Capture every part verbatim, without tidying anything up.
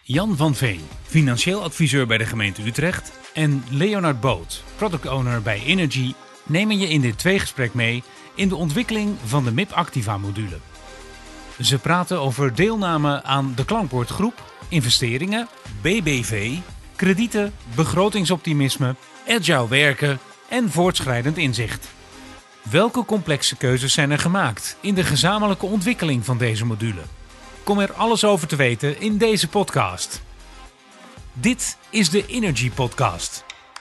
Jan van Veen, financieel adviseur bij de gemeente Utrecht, en Leonard Boot, product owner bij Energy, nemen je in dit tweegesprek mee in de ontwikkeling van de M I P Activa module. Ze praten over deelname aan de klankbordgroep, investeringen, B B V, kredieten, begrotingsoptimisme, agile werken en voortschrijdend inzicht. Welke complexe keuzes zijn er gemaakt in de gezamenlijke ontwikkeling van deze module? Kom er alles over te weten in deze podcast. Dit is de Energy Podcast.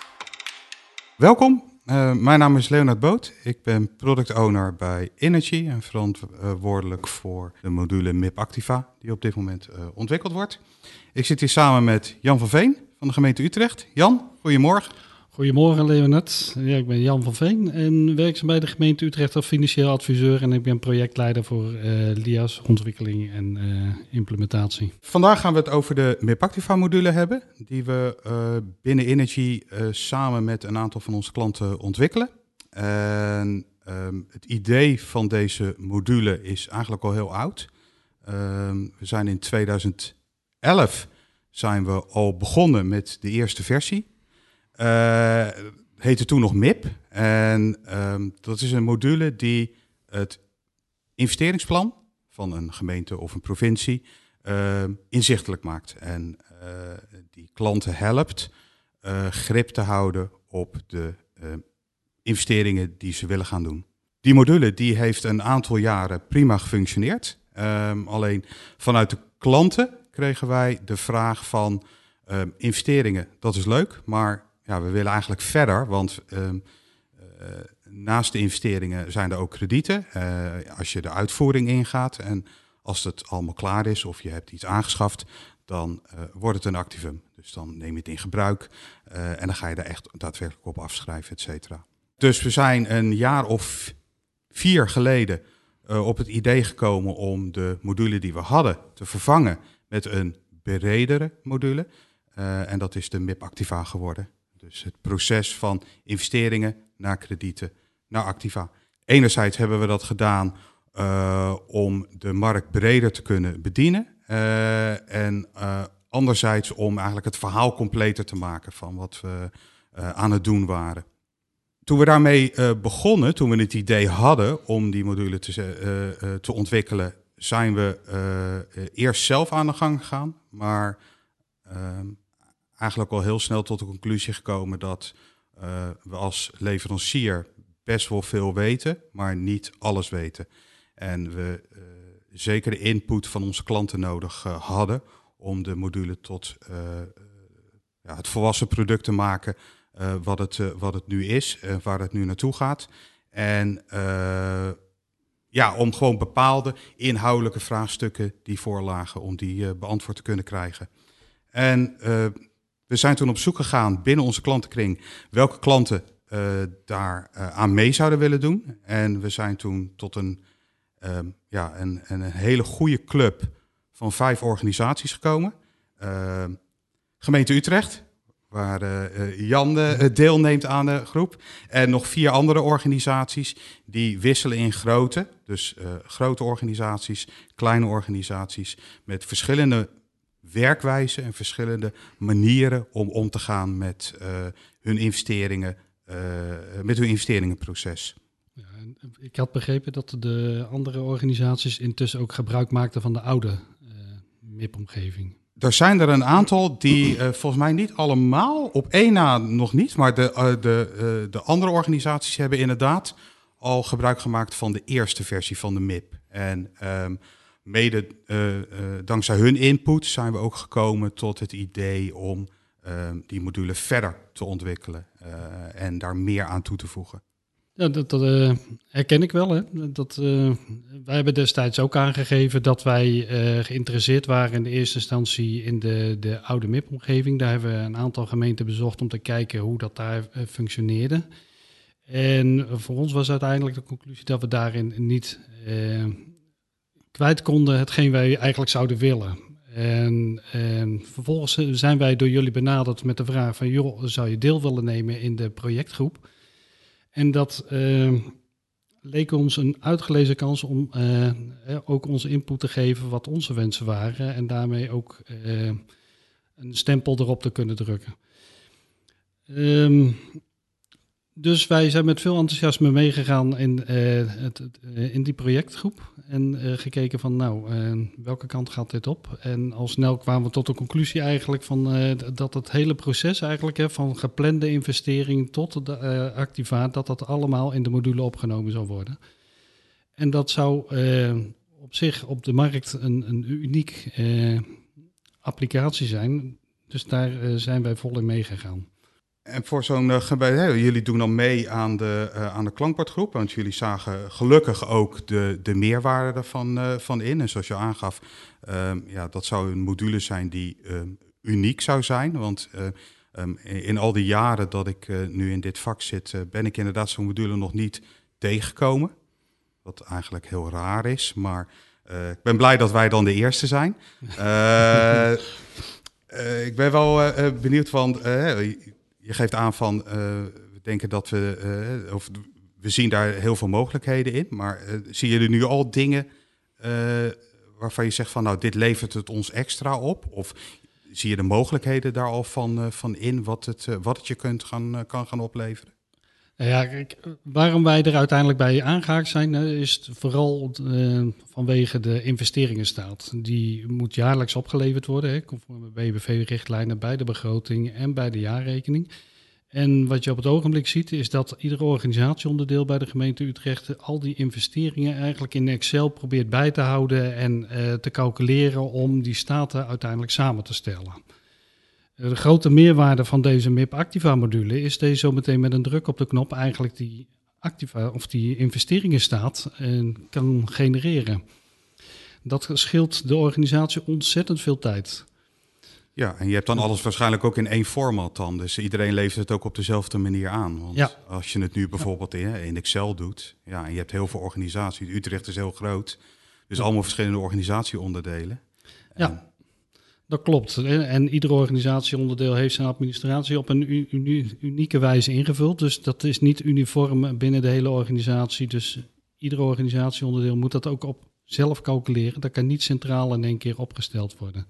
Welkom, uh, mijn naam is Leonard Boot. Ik ben product owner bij Energy en verantwoordelijk voor de module M I P Activa die op dit moment uh, ontwikkeld wordt. Ik zit hier samen met Jan van Veen van de gemeente Utrecht. Jan, goedemorgen. Goedemorgen Leonard. Ja, ik ben Jan van Veen en werkzaam bij de gemeente Utrecht als financieel adviseur. En ik ben projectleider voor uh, L I A S, ontwikkeling en uh, implementatie. Vandaag gaan we het over de M I P Activa module hebben, die we uh, binnen Energy uh, samen met een aantal van onze klanten ontwikkelen. En um, het idee van deze module is eigenlijk al heel oud. Um, we zijn in tweeduizend elf zijn we al begonnen met de eerste versie. Uh, heette toen nog M I P. En um, dat is een module die het investeringsplan van een gemeente of een provincie uh, inzichtelijk maakt. En uh, die klanten helpt uh, grip te houden op de uh, investeringen die ze willen gaan doen. Die module die heeft een aantal jaren prima gefunctioneerd. Um, alleen vanuit de klanten kregen wij de vraag van um, investeringen, dat is leuk, maar ja, we willen eigenlijk verder, want uh, uh, naast de investeringen zijn er ook kredieten. Uh, als je de uitvoering ingaat en als het allemaal klaar is of je hebt iets aangeschaft, dan uh, wordt het een activum. Dus dan neem je het in gebruik uh, en dan ga je daar echt daadwerkelijk op afschrijven, et cetera. Dus we zijn een jaar of vier geleden uh, op het idee gekomen om de module die we hadden te vervangen met een bredere module. Uh, en dat is de M I P Activa geworden. Dus het proces van investeringen naar kredieten, naar Activa. Enerzijds hebben we dat gedaan uh, om de markt breder te kunnen bedienen. Uh, en uh, anderzijds om eigenlijk het verhaal completer te maken van wat we uh, aan het doen waren. Toen we daarmee uh, begonnen, toen we het idee hadden om die module te, uh, uh, te ontwikkelen, zijn we uh, uh, eerst zelf aan de gang gegaan. Maar Uh, eigenlijk al heel snel tot de conclusie gekomen dat uh, we als leverancier best wel veel weten, maar niet alles weten. En we uh, zeker de input van onze klanten nodig uh, hadden om de module tot uh, ja, het volwassen product te maken uh, wat, het, uh, wat het nu is en uh, waar het nu naartoe gaat. En uh, ja, om gewoon bepaalde inhoudelijke vraagstukken die voorlagen, om die uh, beantwoord te kunnen krijgen. En uh, we zijn toen op zoek gegaan binnen onze klantenkring welke klanten uh, daar uh, aan mee zouden willen doen. En we zijn toen tot een, um, ja, een, een hele goede club van vijf organisaties gekomen. Uh, gemeente Utrecht, waar uh, Jan uh, deelneemt aan de groep. En nog vier andere organisaties die wisselen in grootte. Dus uh, grote organisaties, kleine organisaties met verschillende werkwijzen en verschillende manieren om om te gaan met uh, hun investeringen, uh, met hun investeringenproces. Ja, ik had begrepen dat de andere organisaties intussen ook gebruik maakten van de oude uh, M I P-omgeving. Er zijn er een aantal die uh, volgens mij niet allemaal, op één na nog niet, maar de, uh, de, uh, de andere organisaties hebben inderdaad al gebruik gemaakt van de eerste versie van de M I P. En um, Mede uh, uh, dankzij hun input zijn we ook gekomen tot het idee om uh, die module verder te ontwikkelen uh, en daar meer aan toe te voegen. Ja, dat, dat uh, herken ik wel. Hè. Dat, uh, wij hebben destijds ook aangegeven dat wij uh, geïnteresseerd waren in de eerste instantie in de, de oude M I P-omgeving. Daar hebben we een aantal gemeenten bezocht om te kijken hoe dat daar uh, functioneerde. En voor ons was uiteindelijk de conclusie dat we daarin niet Uh, kwijt konden hetgeen wij eigenlijk zouden willen. En, en vervolgens zijn wij door jullie benaderd met de vraag van, joh, zou je deel willen nemen in de projectgroep? En dat uh, leek ons een uitgelezen kans om uh, ook onze input te geven wat onze wensen waren. En daarmee ook uh, een stempel erop te kunnen drukken. Um, dus wij zijn met veel enthousiasme meegegaan in, uh, het, uh, in die projectgroep. En uh, gekeken van, nou, uh, welke kant gaat dit op? En al snel kwamen we tot de conclusie eigenlijk van uh, dat het hele proces eigenlijk, hè, van geplande investering tot de uh, activaat, dat dat allemaal in de module opgenomen zou worden. En dat zou uh, op zich op de markt een, een uniek uh, applicatie zijn. Dus daar uh, zijn wij vol in meegegaan. En voor zo'n uh, gebouw, jullie doen dan mee aan de, uh, aan de klankbordgroep, want jullie zagen gelukkig ook de, de meerwaarde ervan uh, van in. En zoals je aangaf, uh, ja, dat zou een module zijn die uh, uniek zou zijn. Want uh, um, in al die jaren dat ik uh, nu in dit vak zit, uh, ben ik inderdaad zo'n module nog niet tegengekomen. Wat eigenlijk heel raar is, maar uh, ik ben blij dat wij dan de eerste zijn. Uh, uh, ik ben wel uh, benieuwd van... Uh, Je geeft aan van, uh, we denken dat we, uh, of we zien daar heel veel mogelijkheden in. Maar uh, zie je er nu al dingen uh, waarvan je zegt van, nou, dit levert het ons extra op? Of zie je de mogelijkheden daar al van, uh, van in, wat het, uh, wat het je kunt gaan, uh, kan gaan opleveren? Ja, kijk, waarom wij er uiteindelijk bij aangehaakt zijn, is vooral uh, vanwege de investeringenstaat. Die moet jaarlijks opgeleverd worden, hè, conform de B B V-richtlijnen bij de begroting en bij de jaarrekening. En wat je op het ogenblik ziet, is dat iedere organisatieonderdeel bij de gemeente Utrecht al die investeringen eigenlijk in Excel probeert bij te houden en uh, te calculeren om die staten uiteindelijk samen te stellen. De grote meerwaarde van deze M I P-Activa-module is deze zo meteen met een druk op de knop eigenlijk die activa of die investeringenstaat uh, kan genereren. Dat scheelt de organisatie ontzettend veel tijd. Ja, en je hebt dan alles waarschijnlijk ook in één format dan. Dus iedereen levert het ook op dezelfde manier aan. Want ja. als je het nu bijvoorbeeld in, in Excel doet, ja, en je hebt heel veel organisaties. Utrecht is heel groot, dus ja. allemaal verschillende organisatieonderdelen. Ja. En, dat klopt. En iedere organisatieonderdeel heeft zijn administratie op een uni- unieke wijze ingevuld. Dus dat is niet uniform binnen de hele organisatie. Dus iedere organisatieonderdeel moet dat ook op zelf calculeren. Dat kan niet centraal in één keer opgesteld worden.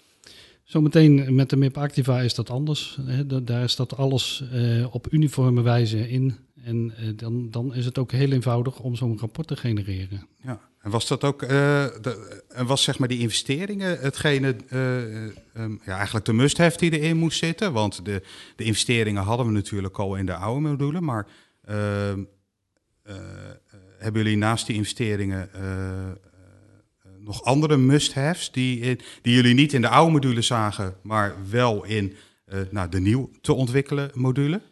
Zometeen met de M I P-Activa is dat anders. Daar staat alles uh, op uniforme wijze in. En uh, dan, dan is het ook heel eenvoudig om zo'n rapport te genereren. Ja. En was dat ook, uh, de, en was zeg maar die investeringen hetgene, uh, um, ja, eigenlijk de must-have die erin moest zitten? Want de, de investeringen hadden we natuurlijk al in de oude module, maar uh, uh, hebben jullie naast die investeringen uh, uh, nog andere must-haves die, die jullie niet in de oude module zagen, maar wel in uh, nou, de nieuw te ontwikkelen module?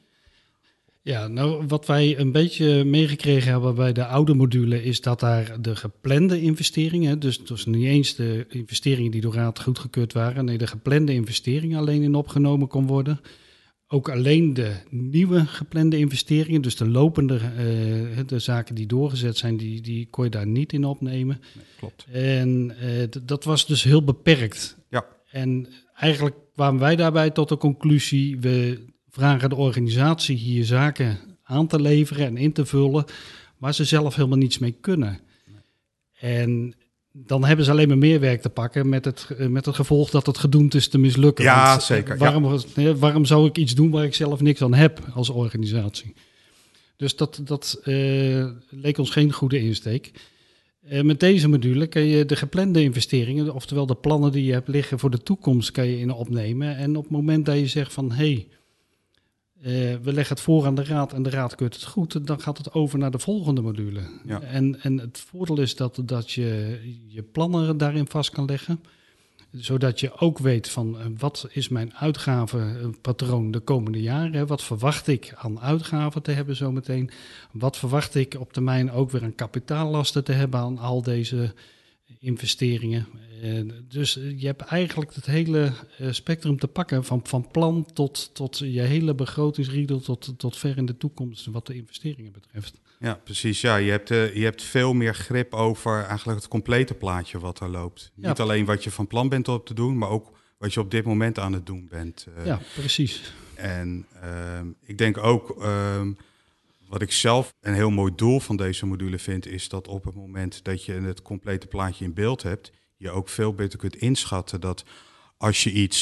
Ja, nou wat wij een beetje meegekregen hebben bij de oude module is dat daar de geplande investeringen, dus, dus niet eens de investeringen die door raad goedgekeurd waren, nee, de geplande investeringen alleen in opgenomen kon worden. Ook alleen de nieuwe geplande investeringen, dus de lopende uh, de zaken die doorgezet zijn, die, die kon je daar niet in opnemen. Nee, klopt. En uh, d- dat was dus heel beperkt. Ja. En eigenlijk kwamen wij daarbij tot de conclusie, we vragen de organisatie hier zaken aan te leveren en in te vullen waar ze zelf helemaal niets mee kunnen. Nee. En dan hebben ze alleen maar meer werk te pakken met het, met het gevolg dat het gedoemd is te mislukken. Ja, Want zeker. Waarom, ja. waarom zou ik iets doen waar ik zelf niks aan heb als organisatie? Dus dat, dat uh, leek ons geen goede insteek. Uh, met deze module kan je de geplande investeringen, oftewel de plannen die je hebt liggen voor de toekomst, kan je in opnemen. En op het moment dat je zegt van, hé, hey, Uh, we leggen het voor aan de raad en de raad keurt het goed, dan gaat het over naar de volgende module. Ja. En, en het voordeel is dat, dat je je plannen daarin vast kan leggen, zodat je ook weet van uh, wat is mijn uitgavenpatroon de komende jaren, wat verwacht ik aan uitgaven te hebben zometeen, wat verwacht ik op termijn ook weer aan kapitaallasten te hebben aan al deze investeringen. Uh, dus je hebt eigenlijk het hele uh, spectrum te pakken, van, van plan tot, tot je hele begrotingsriedel, tot, tot ver in de toekomst wat de investeringen betreft. Ja, precies. Ja, je hebt, uh, je hebt veel meer grip over eigenlijk het complete plaatje wat er loopt. Ja. Niet alleen wat je van plan bent op te doen, maar ook wat je op dit moment aan het doen bent. Uh, ja, precies. En uh, ik denk ook, uh, wat ik zelf een heel mooi doel van deze module vind, is dat op het moment dat je het complete plaatje in beeld hebt, je ook veel beter kunt inschatten dat als je iets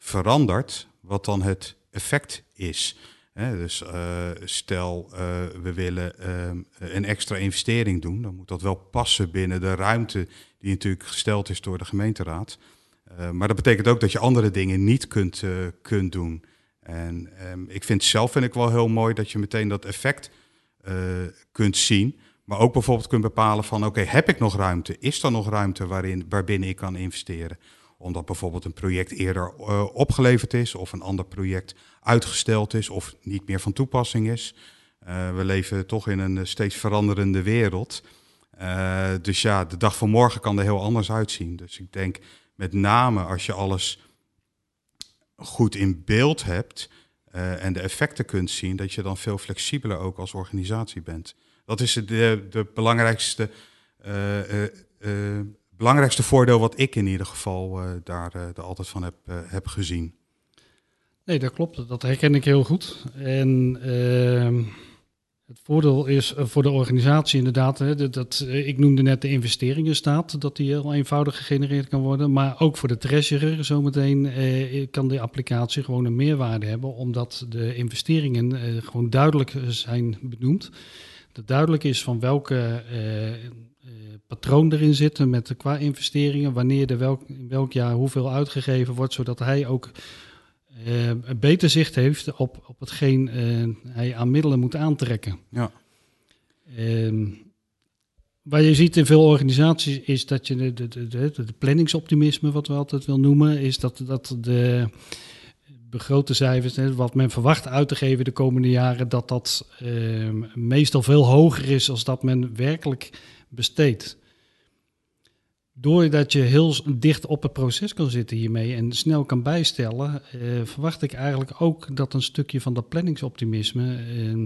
verandert, wat dan het effect is. He, dus uh, stel, uh, we willen uh, een extra investering doen, dan moet dat wel passen binnen de ruimte die natuurlijk gesteld is door de gemeenteraad. Uh, maar dat betekent ook dat je andere dingen niet kunt, uh, kunt doen. En um, ik vind zelf vind ik wel heel mooi dat je meteen dat effect uh, kunt zien. Maar ook bijvoorbeeld kunt bepalen van, oké, okay, heb ik nog ruimte? Is er nog ruimte waarin, waarbinnen ik kan investeren? Omdat bijvoorbeeld een project eerder uh, opgeleverd is of een ander project uitgesteld is of niet meer van toepassing is. Uh, we leven toch in een steeds veranderende wereld. Uh, dus ja, de dag van morgen kan er heel anders uitzien. Dus ik denk met name als je alles goed in beeld hebt uh, en de effecten kunt zien, dat je dan veel flexibeler ook als organisatie bent. Dat is de, de belangrijkste, uh, uh, uh, belangrijkste voordeel wat ik in ieder geval uh, daar, uh, daar altijd van heb, uh, heb gezien. Nee, dat klopt. Dat herken ik heel goed. En uh, het voordeel is voor de organisatie inderdaad, hè, dat, dat, ik noemde net de investeringenstaat, dat die heel eenvoudig gegenereerd kan worden. Maar ook voor de treasurer zometeen uh, kan de applicatie gewoon een meerwaarde hebben, omdat de investeringen uh, gewoon duidelijk zijn benoemd. Dat duidelijk is van welke uh, uh, patroon erin zit met qua investeringen, wanneer er welk, in welk jaar hoeveel uitgegeven wordt, zodat hij ook uh, een beter zicht heeft op, op hetgeen uh, hij aan middelen moet aantrekken. Ja. Uh, wat je ziet in veel organisaties is dat je de, de, de, de, de planningsoptimisme, wat we altijd wil noemen, is dat, dat de begrote cijfers, hè, wat men verwacht uit te geven de komende jaren, dat dat uh, meestal veel hoger is dan dat men werkelijk besteedt. Doordat je heel dicht op het proces kan zitten hiermee en snel kan bijstellen, uh, verwacht ik eigenlijk ook dat een stukje van dat planningsoptimisme uh,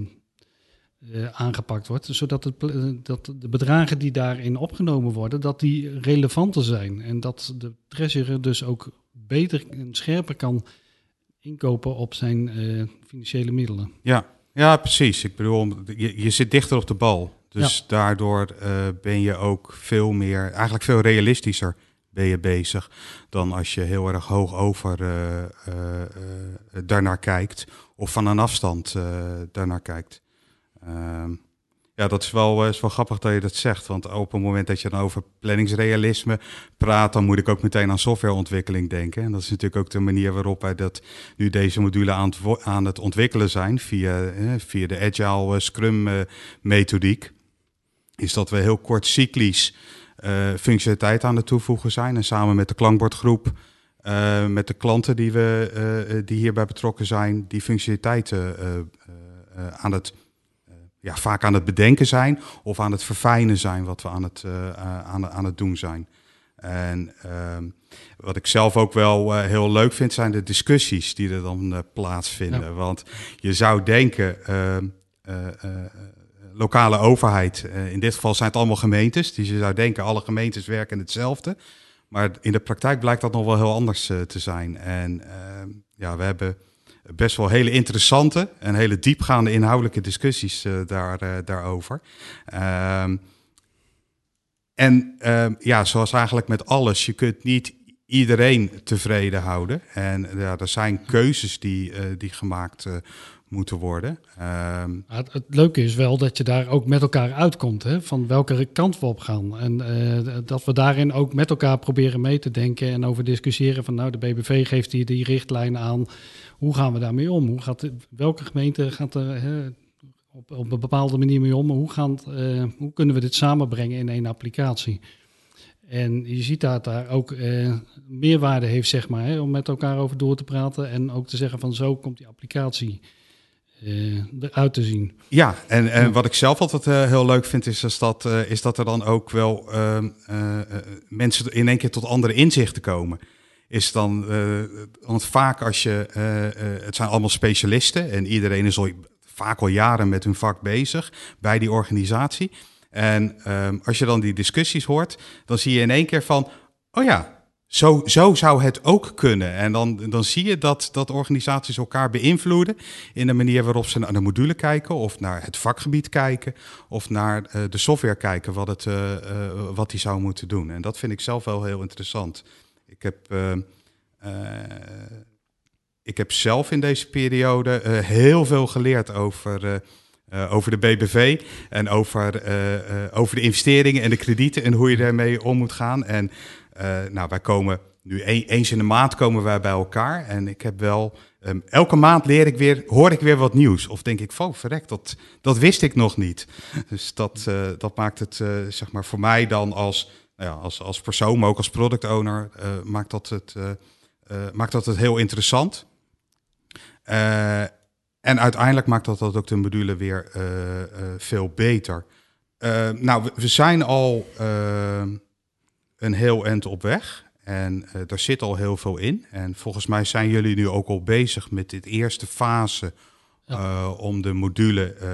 uh, aangepakt wordt, zodat het, uh, dat de bedragen die daarin opgenomen worden, dat die relevanter zijn en dat de treasurer dus ook beter en scherper kan inkopen op zijn uh, financiële middelen. Ja, ja, precies. Ik bedoel, je, je zit dichter op de bal. Dus ja. daardoor uh, ben je ook veel meer, eigenlijk veel realistischer ben je bezig dan als je heel erg hoog over uh, uh, uh, daarnaar kijkt of van een afstand uh, daarnaar kijkt. Uh, ja, dat is wel, uh, is wel grappig dat je dat zegt, want op het moment dat je dan over planningsrealisme praat, dan moet ik ook meteen aan softwareontwikkeling denken. En dat is natuurlijk ook de manier waarop wij dat nu deze module aan het, aan het ontwikkelen zijn via, uh, via de Agile uh, Scrum uh, methodiek. Is dat we heel kort cyclisch uh, functionaliteit aan het toevoegen zijn. En samen met de klankbordgroep, uh, met de klanten die, we, uh, die hierbij betrokken zijn, die functionaliteiten uh, uh, uh, aan het, uh, ja, vaak aan het bedenken zijn of aan het verfijnen zijn wat we aan het, uh, uh, aan, aan het doen zijn. En uh, wat ik zelf ook wel uh, heel leuk vind, zijn de discussies die er dan uh, plaatsvinden. Ja. Want je zou denken, Uh, uh, uh, lokale overheid, uh, in dit geval zijn het allemaal gemeentes, dus je zou denken alle gemeentes werken hetzelfde. Maar in de praktijk blijkt dat nog wel heel anders uh, te zijn. En uh, ja, we hebben best wel hele interessante en hele diepgaande inhoudelijke discussies uh, daar, uh, daarover. Uh, en uh, ja, zoals eigenlijk met alles, je kunt niet iedereen tevreden houden. En ja, er zijn keuzes die, uh, die gemaakt uh, moeten worden. Um, het, het leuke is wel dat je daar ook met elkaar uitkomt, hè, van welke kant we op gaan. En uh, dat we daarin ook met elkaar proberen mee te denken en over discussiëren van nou, de B B V geeft hier die richtlijn aan. Hoe gaan we daarmee om? Hoe gaat, welke gemeente gaat er hè, op, op een bepaalde manier mee om? Hoe, gaan, uh, hoe kunnen we dit samenbrengen in één applicatie? En je ziet dat daar ook uh, meerwaarde heeft, zeg maar, hè, om met elkaar over door te praten en ook te zeggen van zo komt die applicatie Uh, eruit te zien. Ja, en, en wat ik zelf altijd uh, heel leuk vind, is, is, dat, uh, is dat er dan ook wel uh, uh, mensen in één keer tot andere inzichten komen. Is dan, uh, want vaak als je, uh, uh, het zijn allemaal specialisten en iedereen is al vaak al jaren met hun vak bezig bij die organisatie. En uh, als je dan die discussies hoort, dan zie je in één keer van, oh ja, Zo, zo zou het ook kunnen. En dan, dan zie je dat, dat organisaties elkaar beïnvloeden in de manier waarop ze naar de module kijken of naar het vakgebied kijken of naar uh, de software kijken wat, het, uh, uh, wat die zou moeten doen. En dat vind ik zelf wel heel interessant. Ik heb uh, uh, ik heb zelf in deze periode uh, heel veel geleerd over, uh, uh, over de B B V en over, uh, uh, over de investeringen en de kredieten en hoe je daarmee om moet gaan. En uh, nou, wij komen nu een, eens in de maand komen wij bij elkaar en ik heb wel um, elke maand leer ik weer, hoor ik weer wat nieuws. Of denk ik, oh verrek, dat, dat wist ik nog niet. Dus dat, uh, dat maakt het uh, zeg maar voor mij dan als, nou ja, als, als persoon, maar ook als product owner, uh, maakt, dat het, uh, uh, maakt dat het heel interessant. Uh, en uiteindelijk maakt dat, dat ook de module weer uh, uh, veel beter. Uh, nou, we, we zijn al uh, een heel eind op weg. En uh, daar zit al heel veel in. En volgens mij zijn jullie nu ook al bezig met dit eerste fase ja. uh, om de module uh,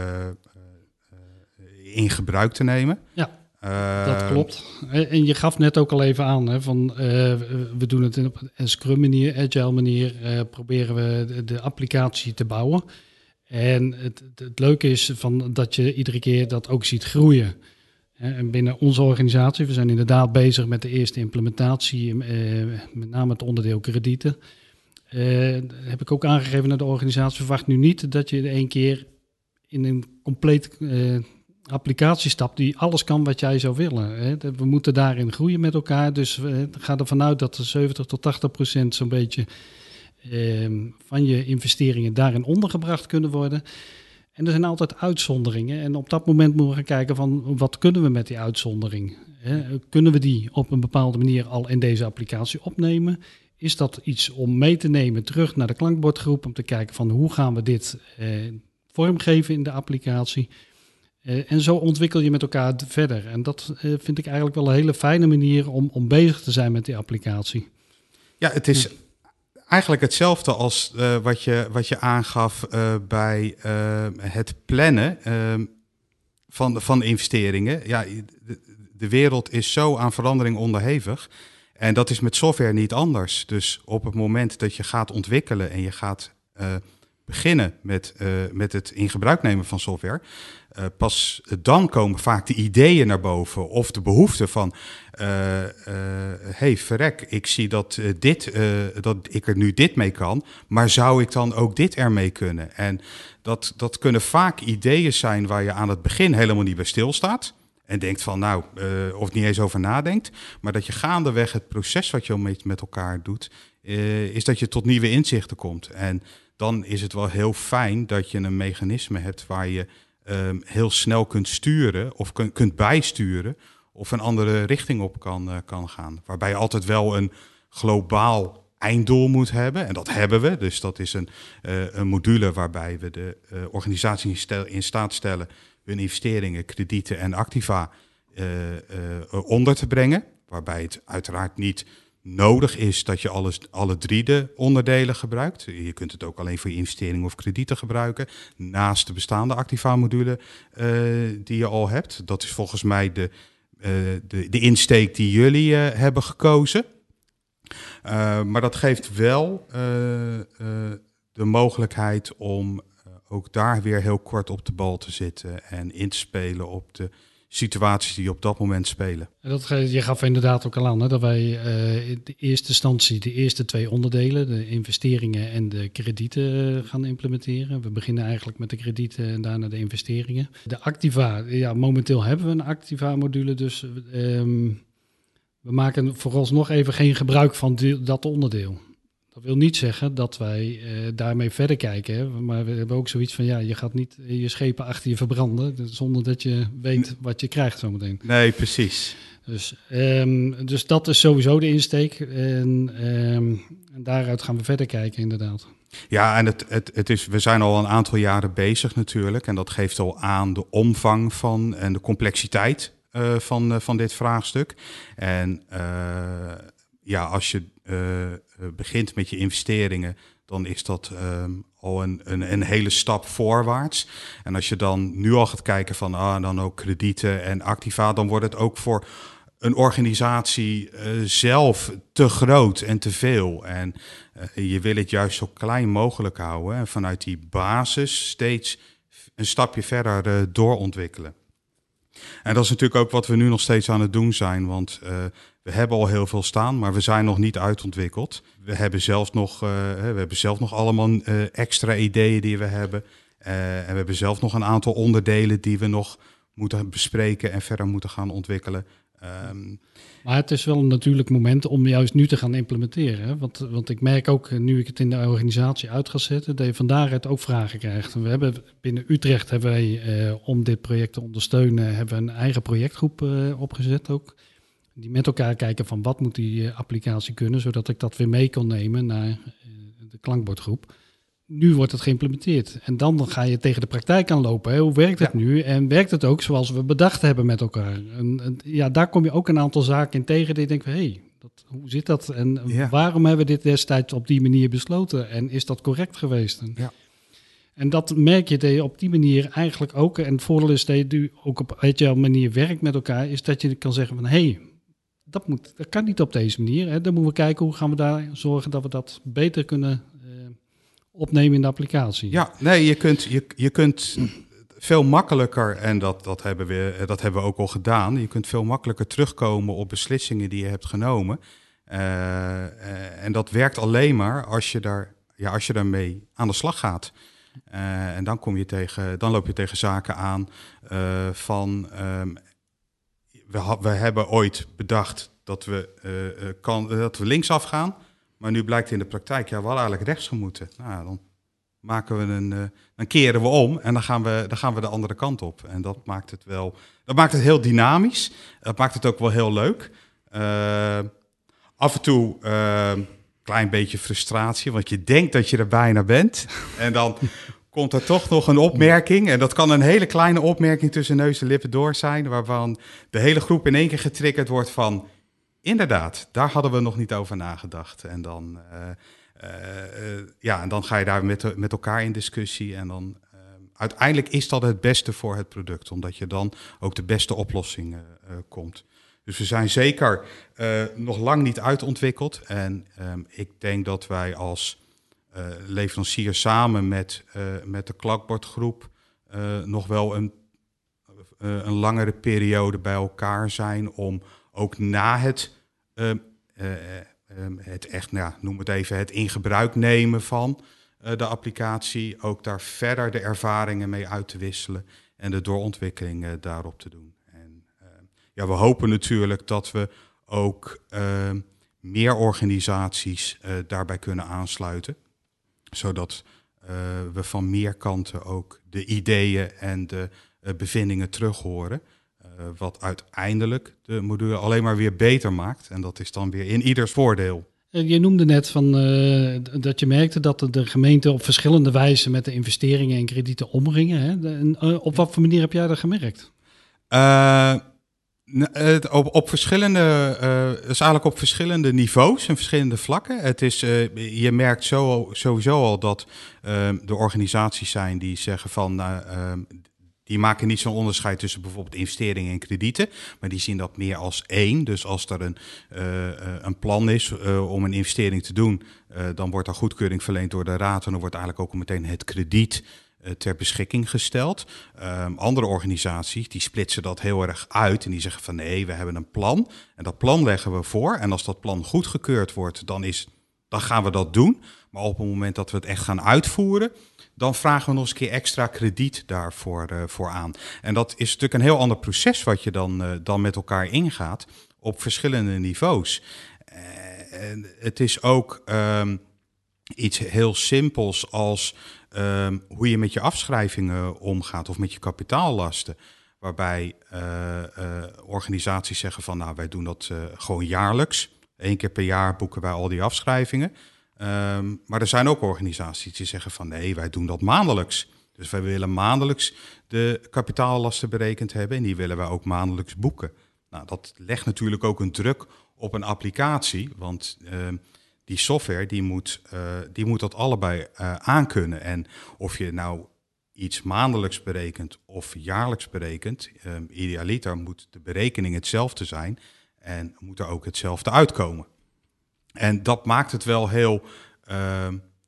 uh, in gebruik te nemen. Ja, uh, dat klopt. En je gaf net ook al even aan, hè, van uh, we doen het op een Scrum manier, Agile manier, uh, proberen we de, de applicatie te bouwen. En het, het leuke is van dat je iedere keer dat ook ziet groeien. En binnen onze organisatie, we zijn inderdaad bezig met de eerste implementatie, uh, met name het onderdeel kredieten. Uh, heb ik ook aangegeven naar de organisatie, verwacht nu niet dat je in één keer in een compleet uh, applicatie stapt die alles kan wat jij zou willen. Hè. We moeten daarin groeien met elkaar, dus uh, ga ervan uit dat de zeventig tot tachtig procent zo'n beetje uh, van je investeringen daarin ondergebracht kunnen worden. En er zijn altijd uitzonderingen. En op dat moment moeten we gaan kijken van wat kunnen we met die uitzondering? Hè? Kunnen we die op een bepaalde manier al in deze applicatie opnemen? Is dat iets om mee te nemen terug naar de klankbordgroep om te kijken van hoe gaan we dit eh, vormgeven in de applicatie? Eh, en zo ontwikkel je met elkaar verder. En dat eh, vind ik eigenlijk wel een hele fijne manier om, om bezig te zijn met die applicatie. Ja, het is... Ja. Eigenlijk hetzelfde als uh, wat, je, wat je aangaf uh, bij uh, het plannen uh, van, van investeringen. Ja, de, de wereld is zo aan verandering onderhevig. En dat is met software niet anders. Dus op het moment dat je gaat ontwikkelen en je gaat uh, beginnen met, uh, met het in gebruik nemen van software, Uh, pas dan komen vaak de ideeën naar boven of de behoeften van uh, uh, hey verrek, ik zie dat, uh, dit, uh, dat ik er nu dit mee kan, maar zou ik dan ook dit ermee kunnen? En dat, dat kunnen vaak ideeën zijn waar je aan het begin helemaal niet bij stilstaat en denkt van nou, uh, of niet eens over nadenkt, maar dat je gaandeweg het proces wat je met, met elkaar doet, uh, is dat je tot nieuwe inzichten komt. En dan is het wel heel fijn dat je een mechanisme hebt waar je Um, heel snel kunt sturen of kun, kunt bijsturen of een andere richting op kan, uh, kan gaan. Waarbij je altijd wel een globaal einddoel moet hebben. En dat hebben we. Dus dat is een, uh, een module waarbij we de uh, organisatie in, stel, in staat stellen hun investeringen, kredieten en activa uh, uh, onder te brengen. Waarbij het uiteraard niet nodig is dat je alles, alle drie de onderdelen gebruikt. Je kunt het ook alleen voor je investeringen of kredieten gebruiken, naast de bestaande Activa-module uh, die je al hebt. Dat is volgens mij de, uh, de, de insteek die jullie uh, hebben gekozen. Uh, maar dat geeft wel uh, uh, de mogelijkheid om uh, ook daar weer heel kort op de bal te zitten en in te spelen op de situaties die op dat moment spelen. Dat, je gaf inderdaad ook al aan, hè, dat wij uh, in de eerste instantie de eerste twee onderdelen, de investeringen en de kredieten, uh, gaan implementeren. We beginnen eigenlijk met de kredieten en daarna de investeringen. De Activa, ja, momenteel hebben we een Activa-module, dus um, we maken vooralsnog even geen gebruik van die, dat onderdeel. Dat wil niet zeggen dat wij uh, daarmee verder kijken. Hè? Maar we hebben ook zoiets van, ja, je gaat niet je schepen achter je verbranden, zonder dat je weet wat je krijgt zometeen. Nee, precies. Dus, um, dus dat is sowieso de insteek. En, um, en daaruit gaan we verder kijken, inderdaad. Ja, en het, het, het is, we zijn al een aantal jaren bezig natuurlijk. En dat geeft al aan de omvang van en de complexiteit uh, van, uh, van dit vraagstuk. En uh, ja, als je uh, begint met je investeringen, dan is dat uh, al een, een, een hele stap voorwaarts. En als je dan nu al gaat kijken van ah, dan ook kredieten en activa, dan wordt het ook voor een organisatie uh, zelf te groot en te veel. En uh, je wil het juist zo klein mogelijk houden en vanuit die basis steeds een stapje verder uh, doorontwikkelen. En dat is natuurlijk ook wat we nu nog steeds aan het doen zijn, want uh, we hebben al heel veel staan, maar we zijn nog niet uitontwikkeld. We hebben zelfs nog, uh, we hebben zelf nog allemaal uh, extra ideeën die we hebben. Uh, en we hebben zelf nog een aantal onderdelen die we nog moeten bespreken en verder moeten gaan ontwikkelen. Um, maar het is wel een natuurlijk moment om juist nu te gaan implementeren. Hè? Want, want ik merk ook, nu ik het in de organisatie uit ga zetten, dat je van daaruit ook vragen krijgt. We hebben binnen Utrecht hebben wij, uh, om dit project te ondersteunen, hebben we een eigen projectgroep uh, opgezet ook. Die met elkaar kijken van wat moet die uh, applicatie kunnen, zodat ik dat weer mee kon nemen naar uh, de klankbordgroep. Nu wordt het geïmplementeerd. En dan ga je tegen de praktijk aan lopen. Hè? Hoe werkt het ja. nu? En werkt het ook zoals we bedacht hebben met elkaar? En, en, ja, daar kom je ook een aantal zaken in tegen die je denkt van, hé, hey, dat, hoe zit dat? En ja. waarom hebben we dit destijds op die manier besloten? En is dat correct geweest? En, ja. en dat merk je dat je op die manier eigenlijk ook, en het voordeel is dat je nu ook op weet je, een manier werkt met elkaar, is dat je kan zeggen van, hé, hey, dat, moet, dat kan niet op deze manier. Hè? Dan moeten we kijken hoe gaan we daar zorgen dat we dat beter kunnen opnemen in de applicatie. Ja, nee, je kunt, je, je kunt veel makkelijker, en dat, dat, hebben we, dat hebben we ook al gedaan, je kunt veel makkelijker terugkomen op beslissingen die je hebt genomen. Uh, uh, en dat werkt alleen maar als je, daar, ja, als je daarmee aan de slag gaat. Uh, en dan, kom je tegen, dan loop je tegen zaken aan uh, van... Um, we, ha, we hebben ooit bedacht dat we, uh, kan, dat we linksaf gaan. Maar nu blijkt in de praktijk, ja, we hadden eigenlijk rechts gemoeten. Nou, dan maken we een, uh, dan keren we om en dan gaan we, dan gaan we de andere kant op. En dat maakt het wel, dat maakt het heel dynamisch. Dat maakt het ook wel heel leuk. Uh, af en toe een uh, klein beetje frustratie, want je denkt dat je er bijna bent. En dan komt er toch nog een opmerking. En dat kan een hele kleine opmerking tussen neus en lippen door zijn, waarvan de hele groep in één keer getriggerd wordt van... Inderdaad, daar hadden we nog niet over nagedacht. En dan, uh, uh, uh, ja, en dan ga je daar met, met elkaar in discussie. En dan uh, uiteindelijk is dat het beste voor het product, omdat je dan ook de beste oplossing uh, uh, komt. Dus we zijn zeker uh, nog lang niet uitontwikkeld. En um, ik denk dat wij als uh, leverancier samen met, uh, met de klankbordgroep uh, nog wel een, uh, een langere periode bij elkaar zijn om ook na het, uh, uh, uh, het echt, nou, noem het even, het in gebruik nemen van uh, de applicatie, ook daar verder de ervaringen mee uit te wisselen en de doorontwikkeling uh, daarop te doen. En uh, ja, we hopen natuurlijk dat we ook uh, meer organisaties uh, daarbij kunnen aansluiten, zodat uh, we van meer kanten ook de ideeën en de uh, bevindingen terug horen. Uh, wat uiteindelijk de module alleen maar weer beter maakt. En dat is dan weer in ieders voordeel. Je noemde net van, uh, dat je merkte dat de gemeente op verschillende wijzen met de investeringen en kredieten omgingen. Hè? De, en, uh, op wat voor manier heb jij dat gemerkt? Uh, het, op, op verschillende, uh, het is eigenlijk op verschillende niveaus en verschillende vlakken. Het is, uh, je merkt zo, sowieso al dat uh, er organisaties zijn die zeggen van... Uh, uh, Die maken niet zo'n onderscheid tussen bijvoorbeeld investeringen en kredieten, maar die zien dat meer als één. Dus als er een, uh, een plan is uh, om een investering te doen, uh, dan wordt er goedkeuring verleend door de raad en dan wordt eigenlijk ook meteen het krediet uh, ter beschikking gesteld. Um, andere organisaties die splitsen dat heel erg uit en die zeggen van nee, we hebben een plan en dat plan leggen we voor. En als dat plan goedgekeurd wordt, dan, is, dan gaan we dat doen. Maar op het moment dat we het echt gaan uitvoeren, dan vragen we nog eens een keer extra krediet daarvoor uh, voor aan. En dat is natuurlijk een heel ander proces wat je dan, uh, dan met elkaar ingaat op verschillende niveaus. Uh, en het is ook um, iets heel simpels als um, hoe je met je afschrijvingen omgaat of met je kapitaallasten. Waarbij uh, uh, organisaties zeggen van nou, wij doen dat uh, gewoon jaarlijks. Eén keer per jaar boeken wij al die afschrijvingen. Um, maar er zijn ook organisaties die zeggen van nee, wij doen dat maandelijks. Dus wij willen maandelijks de kapitaallasten berekend hebben en die willen wij ook maandelijks boeken. Nou, dat legt natuurlijk ook een druk op een applicatie, want uh, die software die moet, uh, die moet dat allebei uh, aankunnen. En of je nou iets maandelijks berekent of jaarlijks berekent, um, idealiter moet de berekening hetzelfde zijn en moet er ook hetzelfde uitkomen. En dat maakt het wel heel uh,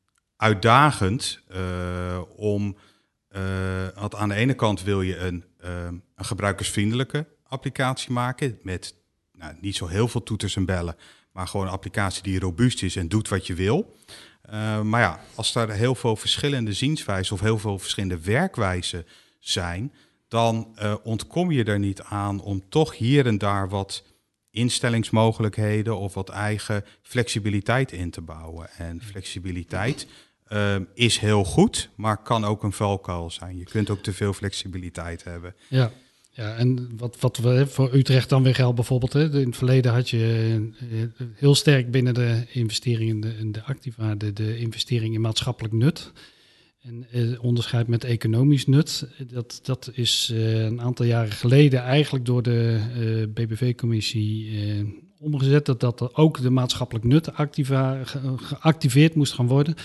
uitdagend uh, om... Uh, aan de ene kant wil je een, uh, een gebruikersvriendelijke applicatie maken met nou, niet zo heel veel toeters en bellen, maar gewoon een applicatie die robuust is en doet wat je wil. Uh, maar ja, als er heel veel verschillende zienswijzen of heel veel verschillende werkwijzen zijn, dan uh, ontkom je er niet aan om toch hier en daar wat instellingsmogelijkheden of wat eigen flexibiliteit in te bouwen. En flexibiliteit uh, is heel goed, maar kan ook een valkuil zijn. Je kunt ook te veel flexibiliteit hebben. Ja. Ja, en wat, wat we voor Utrecht dan weer geldt bijvoorbeeld. Hè, in het verleden had je uh, heel sterk binnen de investering in de, in de activa, de, de investering in maatschappelijk nut. En uh, onderscheid met economisch nut. Dat, dat is uh, een aantal jaren geleden eigenlijk door de uh, B B V-commissie uh, omgezet. Dat, dat ook de maatschappelijk nut activa ge, geactiveerd moest gaan worden.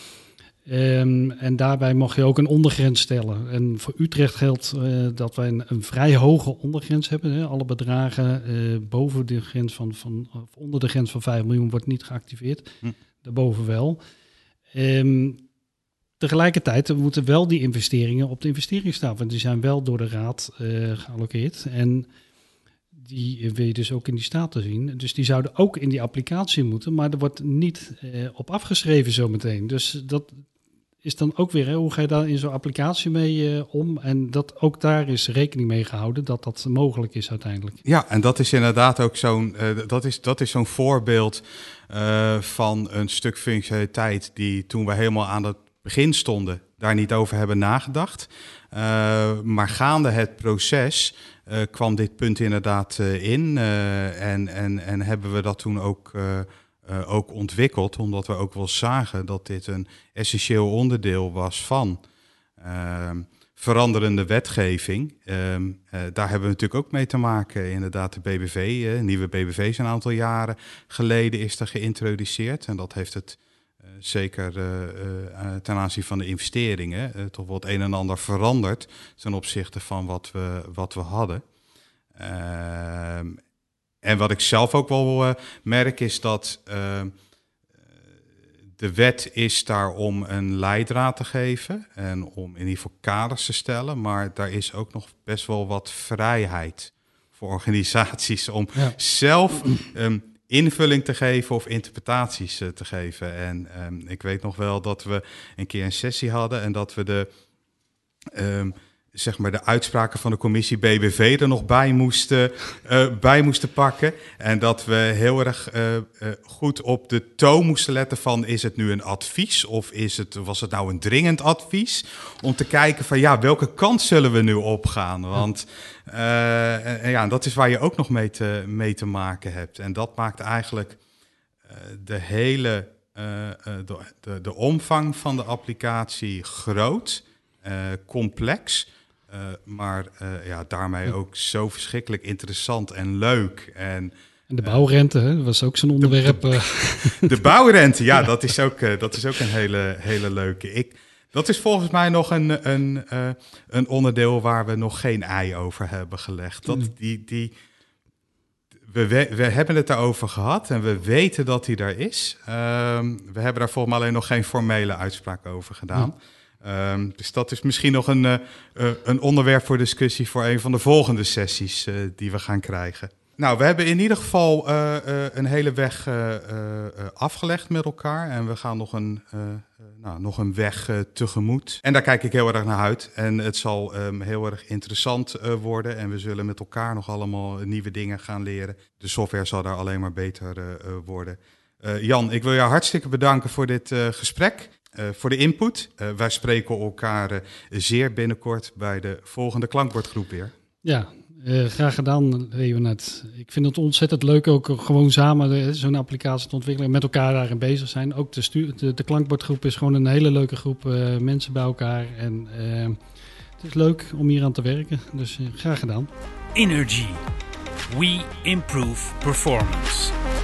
Um, en daarbij mocht je ook een ondergrens stellen. En voor Utrecht geldt uh, dat wij een, een vrij hoge ondergrens hebben. Hè. Alle bedragen uh, boven de grens van, van, of onder de grens van vijf miljoen wordt niet geactiveerd. Hm. Daarboven wel. Um, tegelijkertijd moeten wel die investeringen op de investeringstafel. Want die zijn wel door de raad uh, gealloceerd. En die wil je dus ook in die staten zien. Dus die zouden ook in die applicatie moeten. Maar er wordt niet uh, op afgeschreven zometeen. Dus dat is dan ook weer, hè, hoe ga je daar in zo'n applicatie mee uh, om? En dat ook daar is rekening mee gehouden dat dat mogelijk is uiteindelijk. Ja, en dat is inderdaad ook zo'n, uh, dat is, dat is zo'n voorbeeld uh, van een stuk functionaliteit die toen we helemaal aan het begin stonden, daar niet over hebben nagedacht. Uh, maar gaande het proces uh, kwam dit punt inderdaad uh, in uh, en, en, en hebben we dat toen ook... Uh, Uh, ook ontwikkeld, omdat we ook wel zagen dat dit een essentieel onderdeel was van uh, veranderende wetgeving. Uh, uh, daar hebben we natuurlijk ook mee te maken. Inderdaad, de B B V, uh, nieuwe B B V is een aantal jaren geleden is er geïntroduceerd. En dat heeft het uh, zeker uh, uh, ten aanzien van de investeringen uh, toch wel het een en ander veranderd ten opzichte van wat we, wat we hadden. Uh, En wat ik zelf ook wel uh, merk is dat uh, de wet is daar om een leidraad te geven en om in ieder geval kaders te stellen. Maar daar is ook nog best wel wat vrijheid voor organisaties om ja. zelf um, invulling te geven of interpretaties uh, te geven. En um, ik weet nog wel dat we een keer een sessie hadden en dat we de... Um, zeg maar de uitspraken van de commissie B B V er nog bij moesten, uh, bij moesten pakken. En dat we heel erg uh, uh, goed op de toon moesten letten van, is het nu een advies of is het, was het nou een dringend advies? Om te kijken van, ja, welke kant zullen we nu opgaan? Want uh, en ja, dat is waar je ook nog mee te, mee te maken hebt. En dat maakt eigenlijk uh, de hele uh, de, de, de omvang van de applicatie groot, uh, complex. Uh, maar uh, ja, daarmee ook zo verschrikkelijk interessant en leuk. En, en de bouwrente, hè? Dat was ook zo'n onderwerp. De, de, de bouwrente, ja, ja. Dat, is ook, uh, dat is ook een hele, hele leuke. Ik, dat is volgens mij nog een, een, uh, een onderdeel waar we nog geen ei over hebben gelegd. Dat, die, die, we, we hebben het daarover gehad en we weten dat die daar is. Uh, we hebben daar volgens mij alleen nog geen formele uitspraak over gedaan. Ja. Um, dus dat is misschien nog een, uh, uh, een onderwerp voor discussie voor een van de volgende sessies uh, die we gaan krijgen. Nou, we hebben in ieder geval uh, uh, een hele weg uh, uh, afgelegd met elkaar. En we gaan nog een, uh, uh, nou, nog een weg uh, tegemoet. En daar kijk ik heel erg naar uit. En het zal um, heel erg interessant uh, worden. En we zullen met elkaar nog allemaal nieuwe dingen gaan leren. De software zal daar alleen maar beter uh, uh, worden. Uh, Jan, ik wil jou hartstikke bedanken voor dit uh, gesprek. Uh, voor de input. Uh, wij spreken elkaar uh, zeer binnenkort bij de volgende klankbordgroep weer. Ja, uh, graag gedaan, Leonard. Ik vind het ontzettend leuk ook gewoon samen uh, zo'n applicatie te ontwikkelen en met elkaar daarin bezig zijn. Ook de, stu- de, de klankbordgroep is gewoon een hele leuke groep uh, mensen bij elkaar. En uh, het is leuk om hier aan te werken, dus uh, graag gedaan. Innergy. We improve performance.